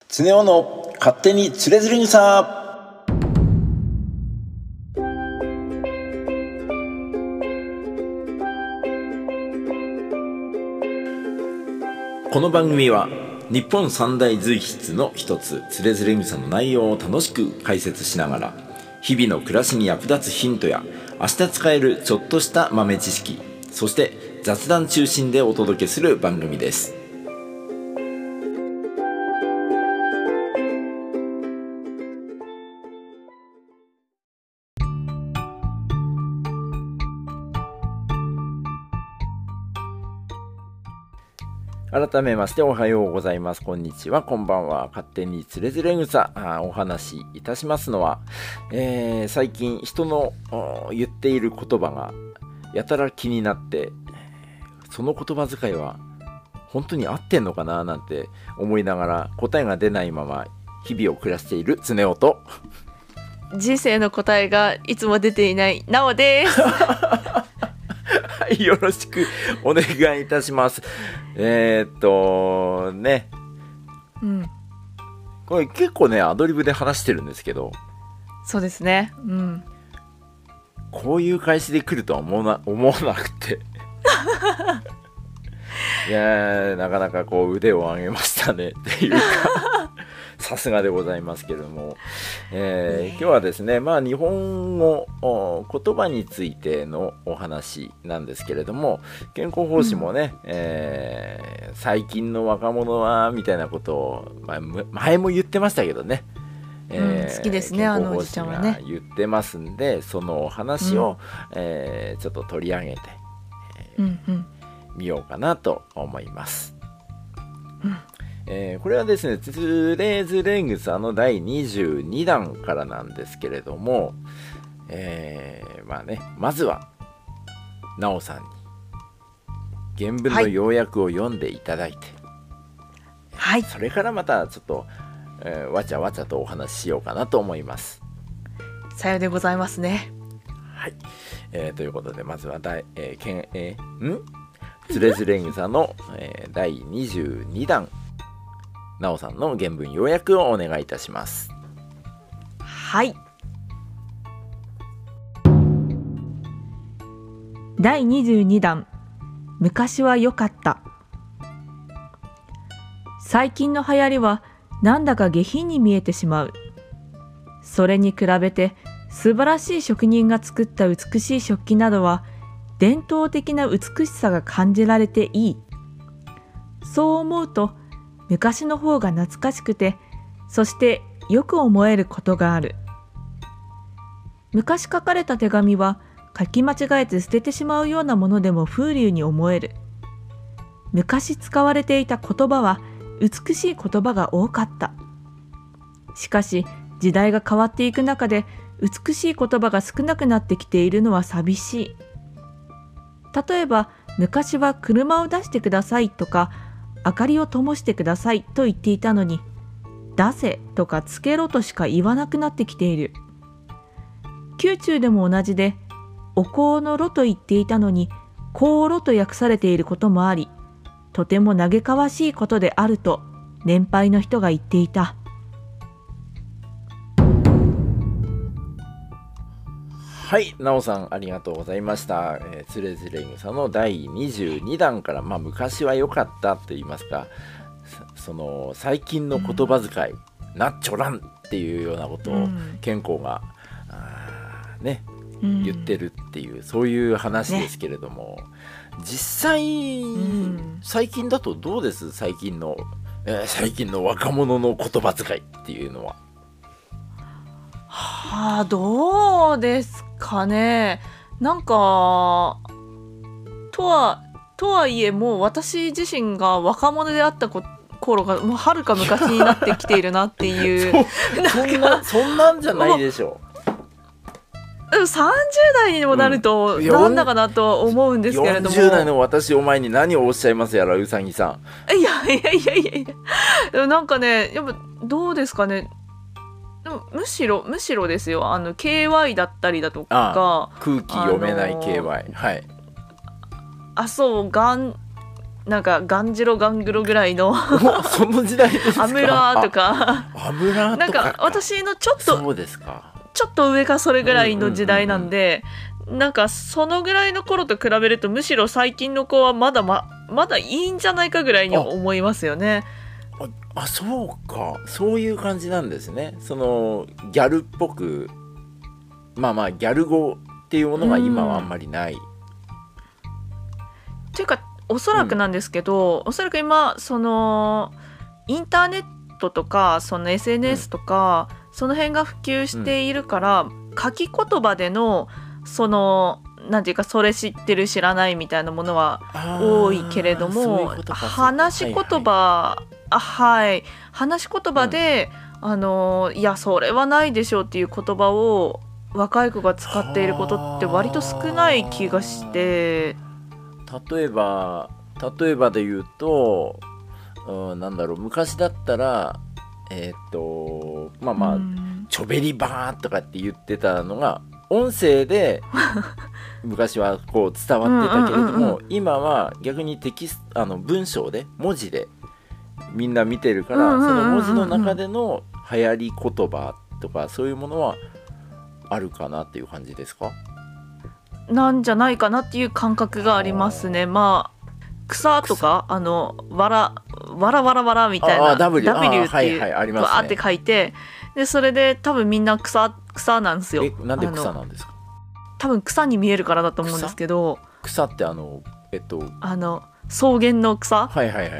常雄の勝手につれづれ草。この番組は日本三大随筆の一つつれづれ草の内容を楽しく解説しながら、日々の暮らしに役立つヒントや明日使えるちょっとした豆知識、そして雑談中心でお届けする番組です。改めましておはようございます。こんにちは、こんばんは。勝手につれづれ草お話しいたしますのは、最近人の言っている言葉がやたら気になって、その言葉遣いは本当に合ってんのかななんて思いながら答えが出ないまま日々を暮らしている常雄と、 人生の答えがいつも出ていないなおですはい、よろしくお願いいたします。これ結構ねアドリブで話してるんですけど、 そうですね、 こういう返しで来るとは思わなくていやー、なかなかこう腕を上げましたねっていうかさすがでございますけれども、今日はですね、日本語言葉についてのお話なんですけれども、健康方針もね、最近の若者はみたいなことを、前も言ってましたけどね、 好きですね、あのおじちゃんはね。 言ってますんで、そのお話を、ちょっと取り上げて、みようかなと思います。これはですね、つれづれ草の第22弾からなんですけれども、まずはなおさんに原文の要約を読んでいただいて、それからまたちょっと、わちゃわちゃとお話ししようかなと思います。 さようでございますね。 はい、ということでまずはつれづれ草の、第22弾、なおさんの原文要約をお願いいたします。 はい。第22弾、昔は良かった。最近の流行りはなんだか下品に見えてしまう。それに比べて素晴らしい職人が作った美しい食器などは伝統的な美しさが感じられていい。そう思うと昔の方が懐かしくて、そしてよく思えることがある。昔書かれた手紙は書き間違えて捨ててしまうようなものでも風流に思える。昔使われていた言葉は美しい言葉が多かった。しかし時代が変わっていく中で美しい言葉が少なくなってきているのは寂しい。例えば昔は車を出してくださいとか明かりを灯してくださいと言っていたのに、出せとかつけろとしか言わなくなってきている。宮中でも同じで、お香の炉と言っていたのに香炉と訳されていることもあり、とても嘆かわしいことであると年配の人が言っていた。 はい、なおさんありがとうございました。つれづれ草の第22弾から、昔は良かったと言いますか、その最近の言葉遣い、なっちょらんっていうようなことを健康が、言ってるっていう、そういう話ですけれども、実際、最近だとどうです？最近の若者の言葉遣いっていうのは。 どうですかね。なんかとはいえ、もう私自身が若者であった頃がもうはるか昔になってきているなっていうそんなんじゃないでしょう。 30代にもなるとなんだかなと思うんですけれども、 40代の私お前に何をおっしゃいますやら、うさぎさん。 いやなんかね、やっぱどうですかね。でもむしろですよ、KY だったりだとか、 空気読めない KY、はい、 そう、 なんかガンジロガングロぐらいのその時代ですか。 アムラーとかアムラーとかなんか私のちょっとそうですか。 ちょっと上かそれぐらいの時代なんで、なんかそのぐらいの頃と比べるとむしろ最近の子はまだいいんじゃないかぐらいに思いますよね。 そうか、そういう感じなんですね。そのギャルっぽく、ギャル語っていうものが今はあんまりない。 っていうかおそらくなんですけど、おそらく今そのインターネットとかその SNS とか、その辺が普及しているから、書き言葉でのそのなんていうか、それ知ってる知らないみたいなものは多いけれども、話し言葉、話し言葉で、いやそれはないでしょうっていう言葉を若い子が使っていることって割と少ない気がして、 例えばで言うと、なんだろう、昔だったらちょべりばーとかって言ってたのが音声で昔はこう伝わってたけれども、今は逆に文章で文字でみんな見てるから、その文字の中での流行り言葉とかそういうものはあるかなっていう感じですか？ なんじゃないかなっていう感覚がありますね。草とかわらみたいな W っていうバーって書いて、でそれで多分みんな草なんですよ。 なんで草なんですか？ 多分草に見えるからだと思うんですけど、 草って草原の草、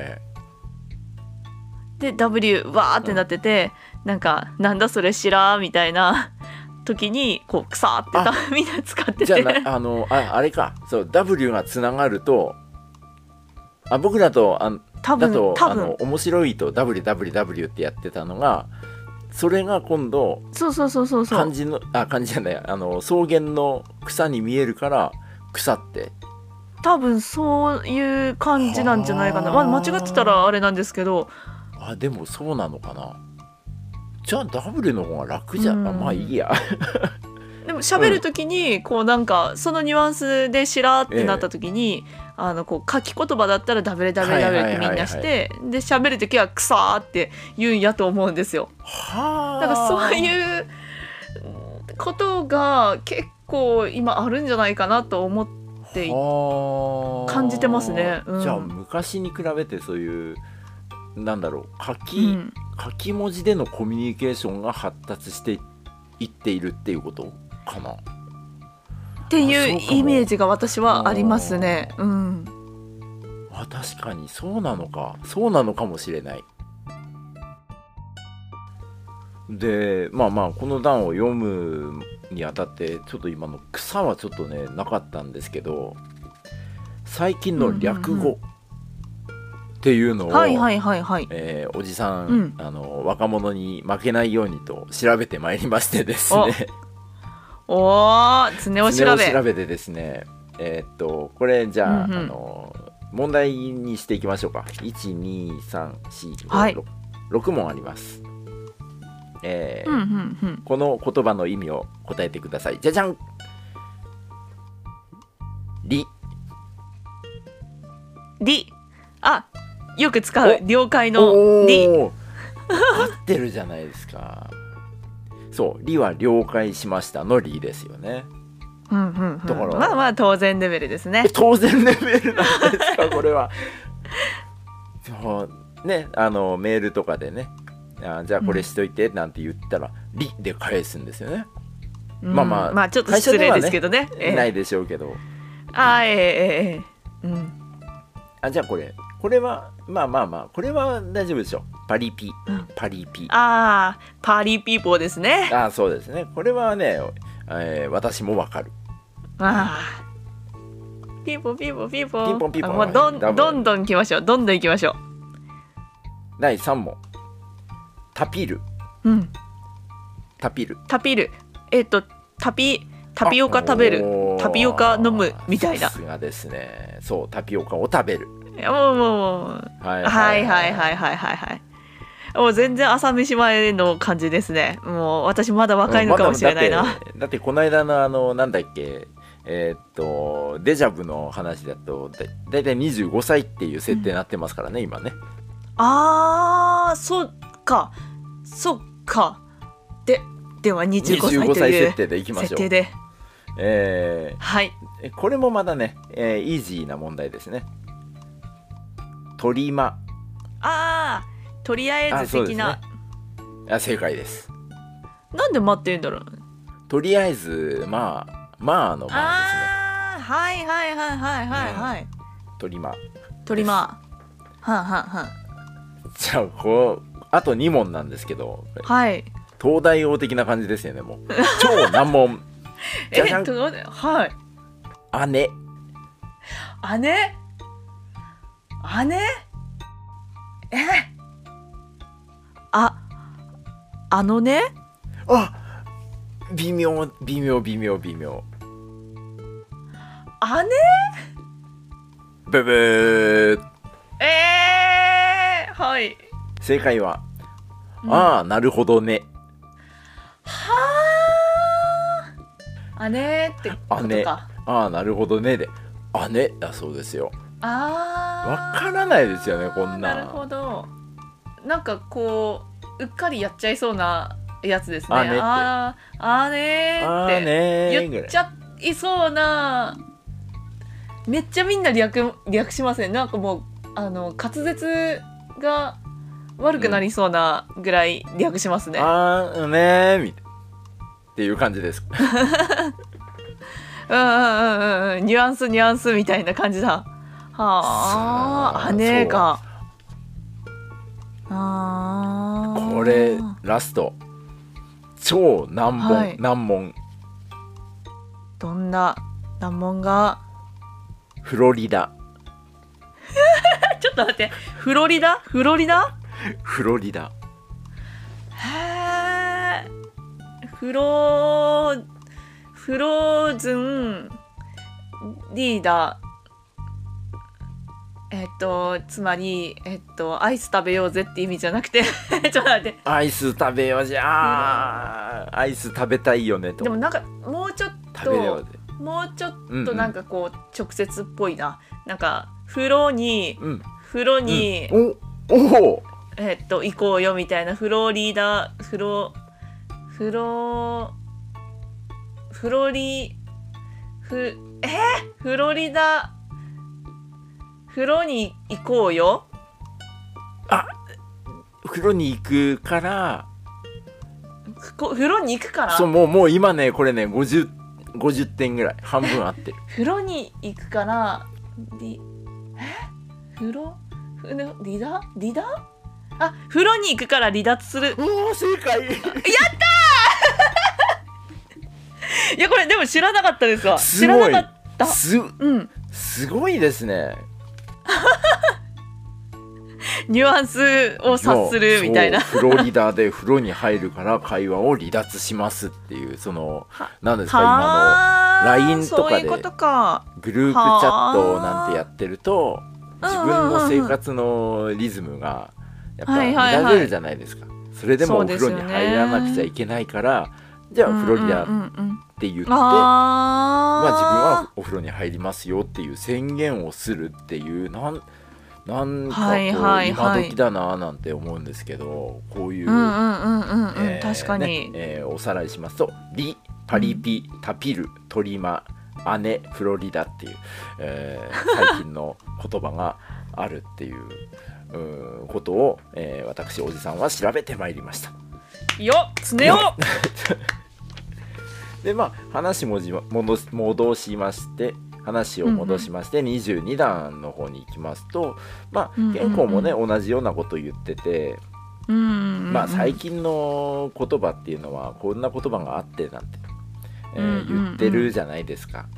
で W わーってなってて、なんだそれ知らーみたいな時にこう草ってみんな使ってて、 じゃあれか、そう W がつながると、僕らと多分面白いと WWW ってやってたのが、それが今度そう漢字じゃない、草原の草に見えるから草って、 多分そういう感じなんじゃないかな。間違ってたらあれなんですけど、 でもそうなのかな。じゃあ W の方が楽じゃん。まあいいやでも喋る時にこうなんかそのニュアンスでしらーってなった時に、こう書き言葉だったら WWW ってみんなして、で喋る時はくさーって言うんやと思うんですよ。だからそういうことが結構今あるんじゃないかなと思って感じてますね。 じゃあ昔に比べてそういうなんだろう、書き文字でのコミュニケーションが発達していっているっていうことかなっていうイメージが私はありますね。 確かにそうなのかもしれない。でこの段を読むにあたってちょっと今の草はちょっとねなかったんですけど、最近の略語っていうのを、おじさん、若者に負けないようにと調べてまいりましてですね常を調べてですね、これじゃあ、問題にしていきましょうか。1,2,3,4,5,6問あります。この言葉の意味を答えてください。じゃじゃん。りよく使う了解のり。 合ってるじゃないですか。そう、りは了解しましたのりですよね。だから当然レベルですね。 当然レベルなんですかこれは。そうね、メールとかでね、じゃあこれしといてなんて言ったら、りで返すんですよね。 ちょっと失礼ですけどね。 ないでしょうけど。じゃあこれはこれは大丈夫でしょう。パリピ。 パリピーポーですね。 そうですね。これはね、私もわかる。 ピーポーピーポーピーポー。 ピンポンピンポン。 もうどんどん行きましょう。どんどん行きましょう。 第3問。タピル。タピル。 タピオカ食べる。タピオカ飲むみたいな。 さすがですね。そう、タピオカを食べる。 もうもう全然朝飯前の感じですね。もう私まだ若いのかもしれないな。 だってこの間のなんだっけ、 デジャブの話だとだいたい25歳っていう設定になってますからね、今ね。 そっかそっか。では25歳という設定でいきましょう。 設定で、はい。 これもまだね、イージーな問題ですね。トリマ。 とりあえず的な。 正解です。 なんで待ってんだろう。 とりあえずまあのまあですね。 はいはいはいはいはいはい。 トリマ。じゃああと2問なんですけど、 はい。 東大王的な感じですよね。もう超難問。じゃじゃん。 はい。 姉。 あのね。 微妙。姉。ブブー。 はい。 正解は、なるほどね。 姉ってことか。 なるほどねで姉だそうですよ。わからないですよね、こんな。 なるほど。なんかこううっかりやっちゃいそうなやつですね。 姉って言っちゃいそうな。めっちゃみんな略しません。なんかもう滑舌が悪くなりそうなぐらい略しますね。 みたいっていう感じです。 ニュアンスみたいな感じだ。姉が。 これラスト超難問。 どんな難問が。 フロリダ。 ちょっと待って、フロリダ。フローズンリーダー。つまりアイス食べようぜって意味じゃなくてちょっと待って、 アイス食べようじゃアイス食べたいよねと。 でもなんかもうちょっとなんかこう直接っぽいな。なんか風呂に行こうよみたいな。フロリダフロリダ風呂に行こうよ。 風呂に行くから風呂に行くからそう、もう今ねこれね50点ぐらい半分合ってる。 風呂に行くから風呂リダ風呂に行くから離脱する。 正解。やったーいやこれでも知らなかったですわ。知らなかった。 すごいですね。 ニュアンスを察するみたいな。 フロリダで風呂に入るから会話を離脱しますっていう、その何ですか、今の LINE とかでグループチャットなんてやってると自分の生活のリズムがやっぱ乱れるじゃないですか。それでもお風呂に入らなくちゃいけないから、じゃあフロリダって言って、自分はお風呂に入りますよっていう宣言をするっていう、なんかこう今時だななんて思うんですけど、こういう確かに、 おさらいしますと、リパリピタピルトリマ姉フロリダっていう、最近の言葉があるっていうことを、私おじさんは調べてまいりました。 よっつねよで話戻しまして22段の方に行きますと、健康もね同じようなことを言ってて、最近の言葉っていうのはこんな言葉があってなんて、言ってるじゃないですか。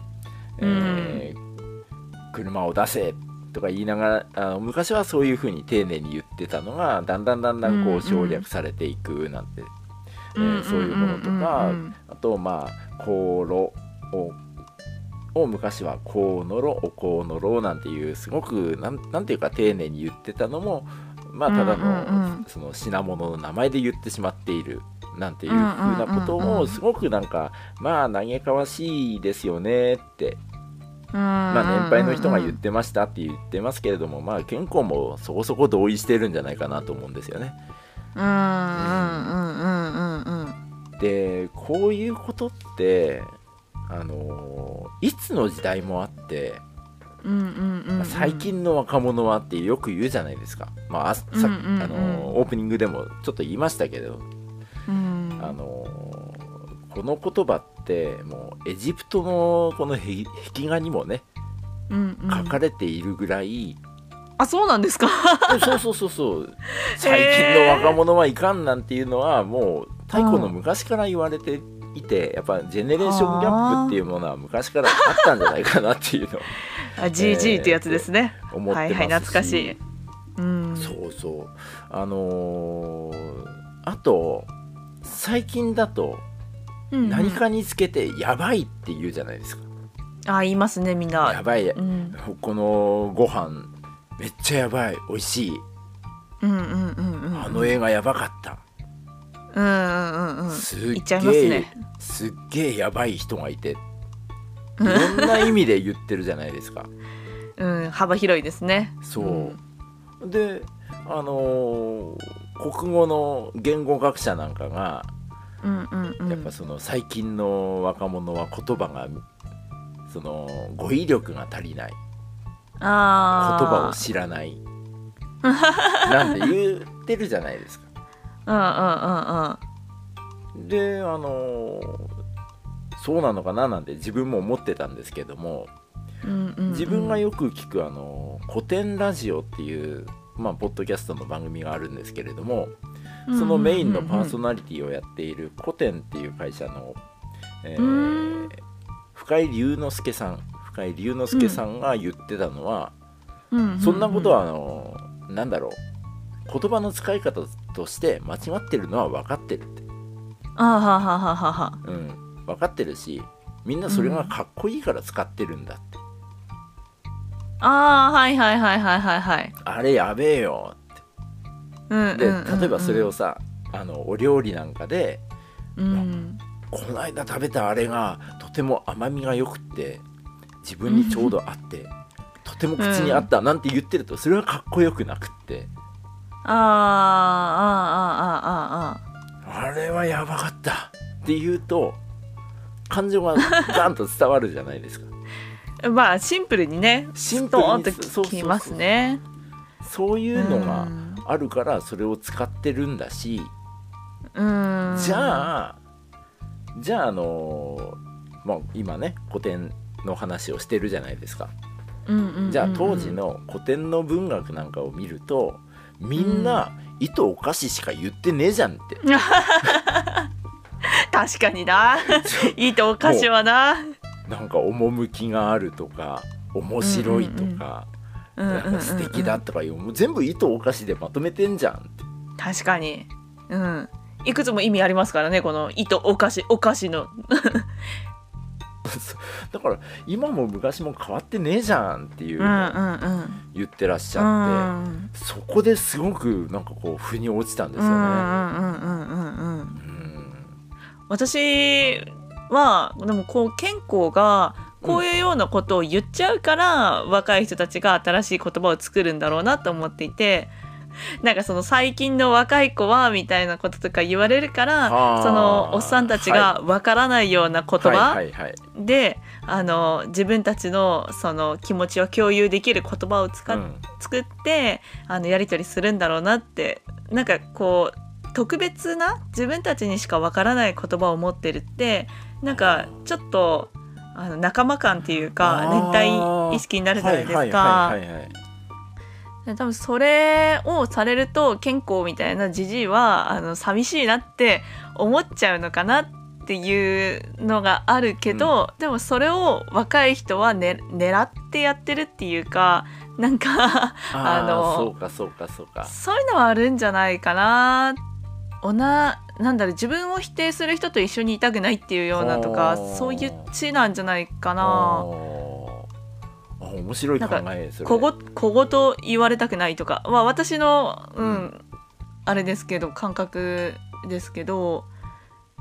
車を出せとか言いながら、昔はそういう風に丁寧に言ってたのがだんだんこう省略されていくなんて、そういうものとか、あところを昔はこうのろおこうのろなんていうすごくなんていうか丁寧に言ってたのも、ただのその品物の名前で言ってしまっているなんていう風なことをすごくなんかまあ嘆かわしいですよねって、まあ年配の人が言ってましたって言ってますけれども、まあ健康もそこそこ同意してるんじゃないかなと思うんですよね。でこういうことっていつの時代もあって、最近の若者はってよく言うじゃないですか。まあ、オープニングでもちょっと言いましたけど、この言葉ってもうエジプトのこの壁画にもね、書かれているぐらい。 あ、そうなんですか。 そう最近の若者はいかんなんていうのはもう太古の昔から言われていて、やっぱジェネレーションギャップっていうものは昔からあったんじゃないかなっていうのを GG ってやつですね。 思ってますし、 懐かしい。 そうあと最近だと何かにつけてやばいって言うじゃないですか。 言いますねみんな。 やばい、このご飯めっちゃやばい、美味しい、あの映画やばかった、すっげえやばい人がいて、いろんな意味で言ってるじゃないですか。 幅広いですね。 で国語の言語学者なんかが、やっぱその最近の若者は言葉がその語彙力が足りない、言葉を知らないなんて言ってるじゃないですか。でそうなのかななんて自分も思ってたんですけども、自分がよく聞く古典ラジオっていう、ポッドキャストの番組があるんですけれども、そのメインのパーソナリティをやっている古典っていう会社の、深井龍之介さんが言ってたのは、そんなことはなんだろう、言葉の使い方として間違ってるのは分かってるって。分かってるし、みんなそれがかっこいいから使ってるんだって。あれやべえよって。で例えばそれをさ、お料理なんかで、この間食べたあれがとても甘みがよくって自分にちょうどあって、とても口に合ったなんて言ってると、それはかっこよくなくって、あれはやばかったって言うと感情がガンと伝わるじゃないですか。 シンプルにね、ストーンときますね。 そういうのがあるからそれを使ってるんだし、じゃあ今ね古典の話をしてるじゃないですか。じゃあ当時の古典の文学なんかを見ると、みんな糸お菓子しか言ってねえじゃんって確かにな糸お菓子はな、 なんか趣があるとか面白いとか、素敵だとかいう、もう全部糸お菓子でまとめてんじゃんって。 確かに、いくつも意味ありますからね、この糸お菓子のだから今も昔も変わってねえじゃんっていうのを言ってらっしゃって、そこですごくなんかこう腑に落ちたんですよね。 私はでもこう健康がこういうようなことを言っちゃうから、若い人たちが新しい言葉を作るんだろうなと思っていて、なんかその最近の若い子はみたいなこととか言われるから、そのおっさんたちがわからないような言葉で、自分たちのその気持ちを共有できる言葉を作ってやり取りするんだろうなって、なんかこう特別な自分たちにしかわからない言葉を持ってるって、なんかちょっと仲間感っていうか連帯意識になるじゃないですか。多分それをされると健康みたいなジジイは寂しいなって思っちゃうのかなっていうのがあるけど、でもそれを若い人は、狙ってやってるっていうか、なんかそうかそういうのはあるんじゃないかな。なんだろう、自分を否定する人と一緒にいたくないっていうようなとか、そういう血なんじゃないかな。 面白い考え。それ小言言われたくないとか、私の、あれですけど感覚ですけど、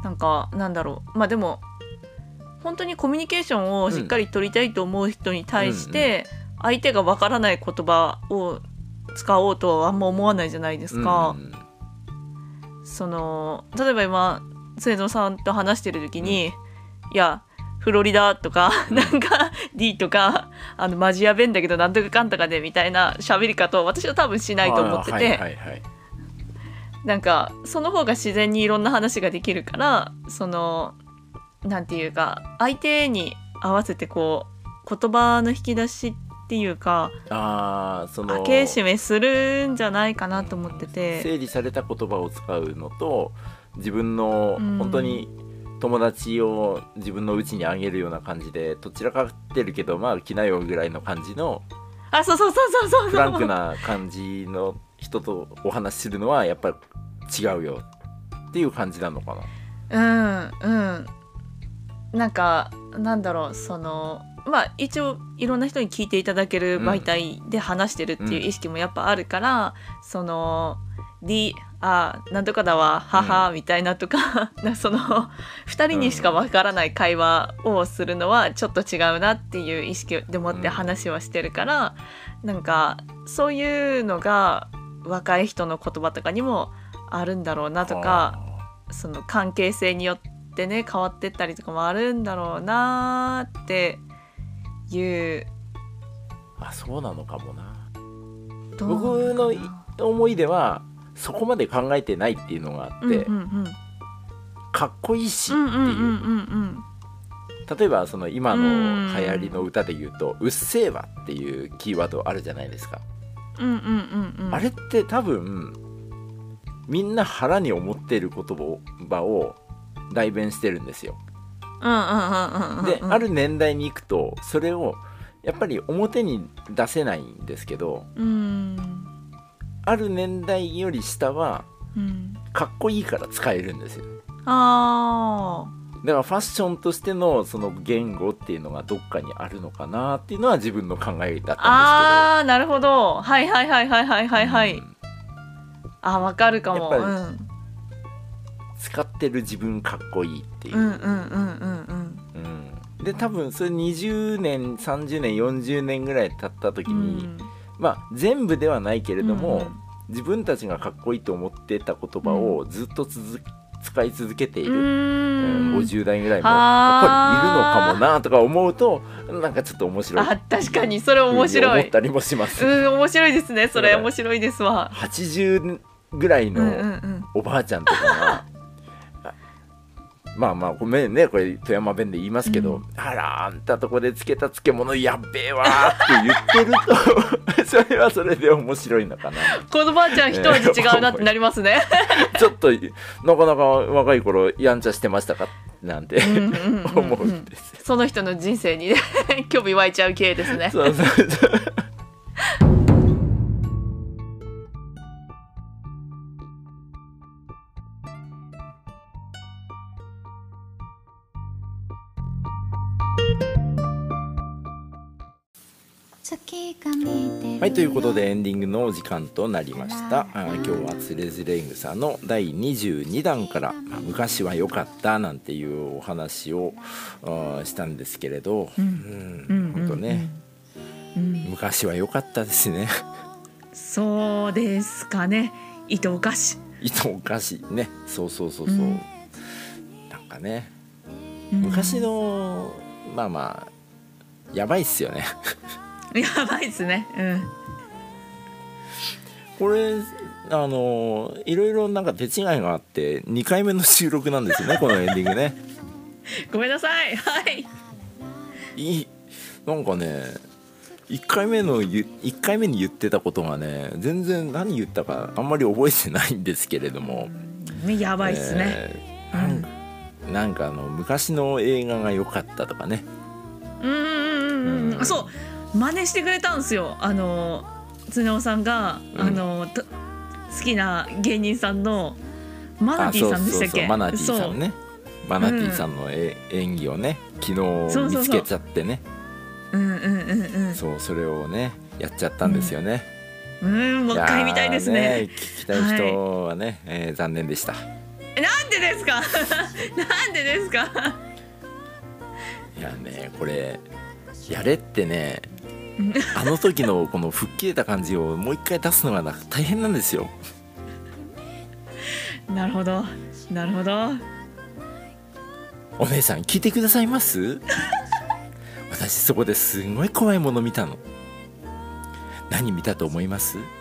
なんかなんだろう、まあでも本当にコミュニケーションをしっかり取りたいと思う人に対して、相手がわからない言葉を使おうとはあんま思わないじゃないですか。その例えば今末園さんと話してる時に、いやフロリダとか、なんか D とかマジア弁だけどなんとかかんとかでみたいな喋り方を私は多分しないと思ってて、なんかその方が自然にいろんな話ができるから、そのなんていうか相手に合わせてこう言葉の引き出しっていうか、その開け閉めするんじゃないかなと思ってて、 整理された言葉を使うのと、自分の本当に友達を自分の家にあげるような感じで、どちらかってるけどまあ来なよぐらいの感じの、 そうフランクな感じの人とお話しするのはやっぱり違うよっていう感じなのかな。 なんかなんだろう、そのまあ一応いろんな人に聞いていただける媒体で話してるっていう意識もやっぱあるから、そのなんとかだわ母みたいなとか、その2人にしかわからない会話をするのはちょっと違うなっていう意識でもって話はしてるから、なんかそういうのが若い人の言葉とかにもあるんだろうなとか、その関係性によってね変わってったりとかもあるんだろうなっていう。 そうなのかもな。僕の思いではそこまで考えてないっていうのがあって、かっこいいしっていう、例えばその今の流行りの歌で言うと「うっせぇわ」っていうキーワードあるじゃないですか。あれって多分みんな腹に思っている言葉を代弁してるんですよ。である年代に行くとそれをやっぱり表に出せないんですけど、ある年代より下はかっこいいから使えるんですよ。だからファッションとしてのその言語っていうのがどっかにあるのかなっていうのは自分の考えだったんですけど。 なるほど。はい。わかるかも。 使ってる自分かっこいいっていう。で多分それ20年30年40年ぐらい経った時に、まあ全部ではないけれども、自分たちがかっこいいと思ってた言葉をずっと使い続けている、50代ぐらいもやっぱりいるのかもなとか思うと、なんかちょっと面白い。 確かにそれ面白い。 思ったりもします。 面白いですね。それ面白いですわ。 80ぐらいのおばあちゃんとかが、まあごめんね、これ富山弁で言いますけど、あらあんたとこでつけた漬物やっべえわって言ってるとそれはそれで面白いのかな。 このばあちゃん一味違うなってなりますねちょっとなかなか若い頃やんちゃしてましたかなんて思うんです。 その人の人生にね興味湧いちゃう系ですね。 そうはい、ということでエンディングのお時間となりました。今日はつれづれ草の第22弾から、昔は良かったなんていうお話をしたんですけれど、本当ね、昔は良かったですね。 そうですかね。糸おかしね。そう、なんかね、昔のまあやばいっすよねやばいですね。 これいろいろなんか手違いがあって2回目の収録なんですよねこのエンディングね。 ごめんなさい。 なんかね1回目に言ってたことがね、全然何言ったかあんまり覚えてないんですけれども、 やばいっすね。 なんか昔の映画が良かったとかね。 そう真似してくれたんですよ。常雄さんが、好きな芸人さんのマナティさんでしたっけ。 マナティさんね。マナティさんの演技をね昨日見つけちゃってね。それをねやっちゃったんですよね。 もう一回見たいですね。 聞きたい人はね、残念でした。 なんでですかなんでですか。 いやね、これやれってね、あの時のこの吹っ切れた感じをもう一回出すのが大変なんですよ。 なるほどなるほど。 お姉さん聞いてくださいます私そこですごい怖いもの見たの。何見たと思います？も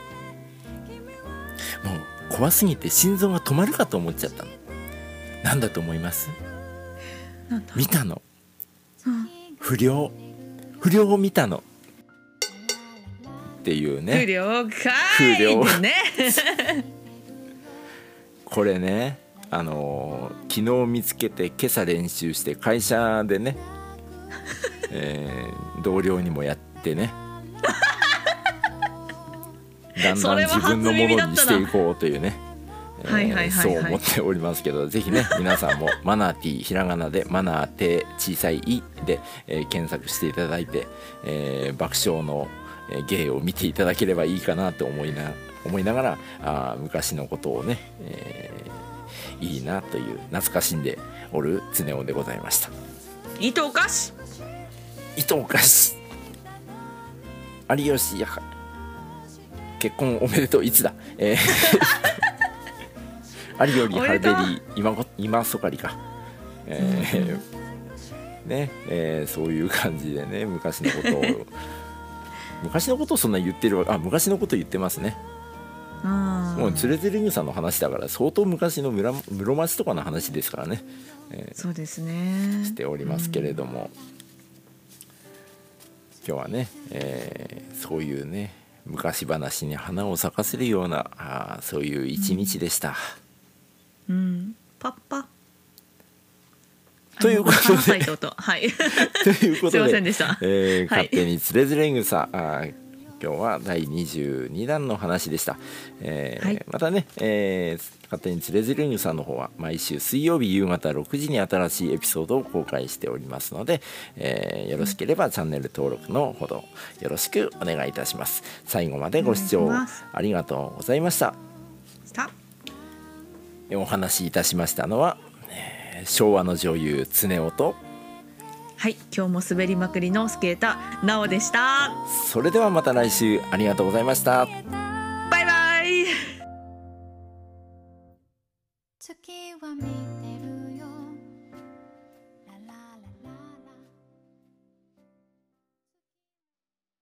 う怖すぎて心臓が止まるかと思っちゃったの。何だと思います？ なんだ。 見たの、不良を見たのっていうね。 不良か不良いねこれね、昨日見つけて今朝練習して会社でね、同僚にもやってねだんだん自分のものにしていこうというね、そう思っておりますけど、ぜひね皆さんもマナーティー、ひらがなでマナーテー小さいいで、検索していただいて、爆笑の芸を見ていただければいいかなと思いながら、昔のことをね、いいなという懐かしんでおる常雄でございました。 糸おかし有吉や結婚おめでとう。いつだ、有よりハルベリー今そかりか、ね、そういう感じでね、昔のことをそんな言ってる昔のこと言ってますね。もうつれづれ草の話だから相当昔の室町とかの話ですからね、 そうですね、 しておりますけれども、今日はね、そういうね昔話に花を咲かせるようなそういう一日でした、 パッパということではい、 ということで、 すいませんでした、 勝手につれづれ草、今日は第22弾の話でした、またね、勝手につれづれ草の方は毎週水曜日夕方6時に新しいエピソードを公開しておりますので、よろしければチャンネル登録のほどよろしくお願いいたします。最後までご視聴ありがとうございました。お話しいたしましたのは、昭和の女優常雄と、 はい、今日も滑りまくりのスケーターなおでした。 それではまた来週ありがとうございました。 バイバイ。 月は見て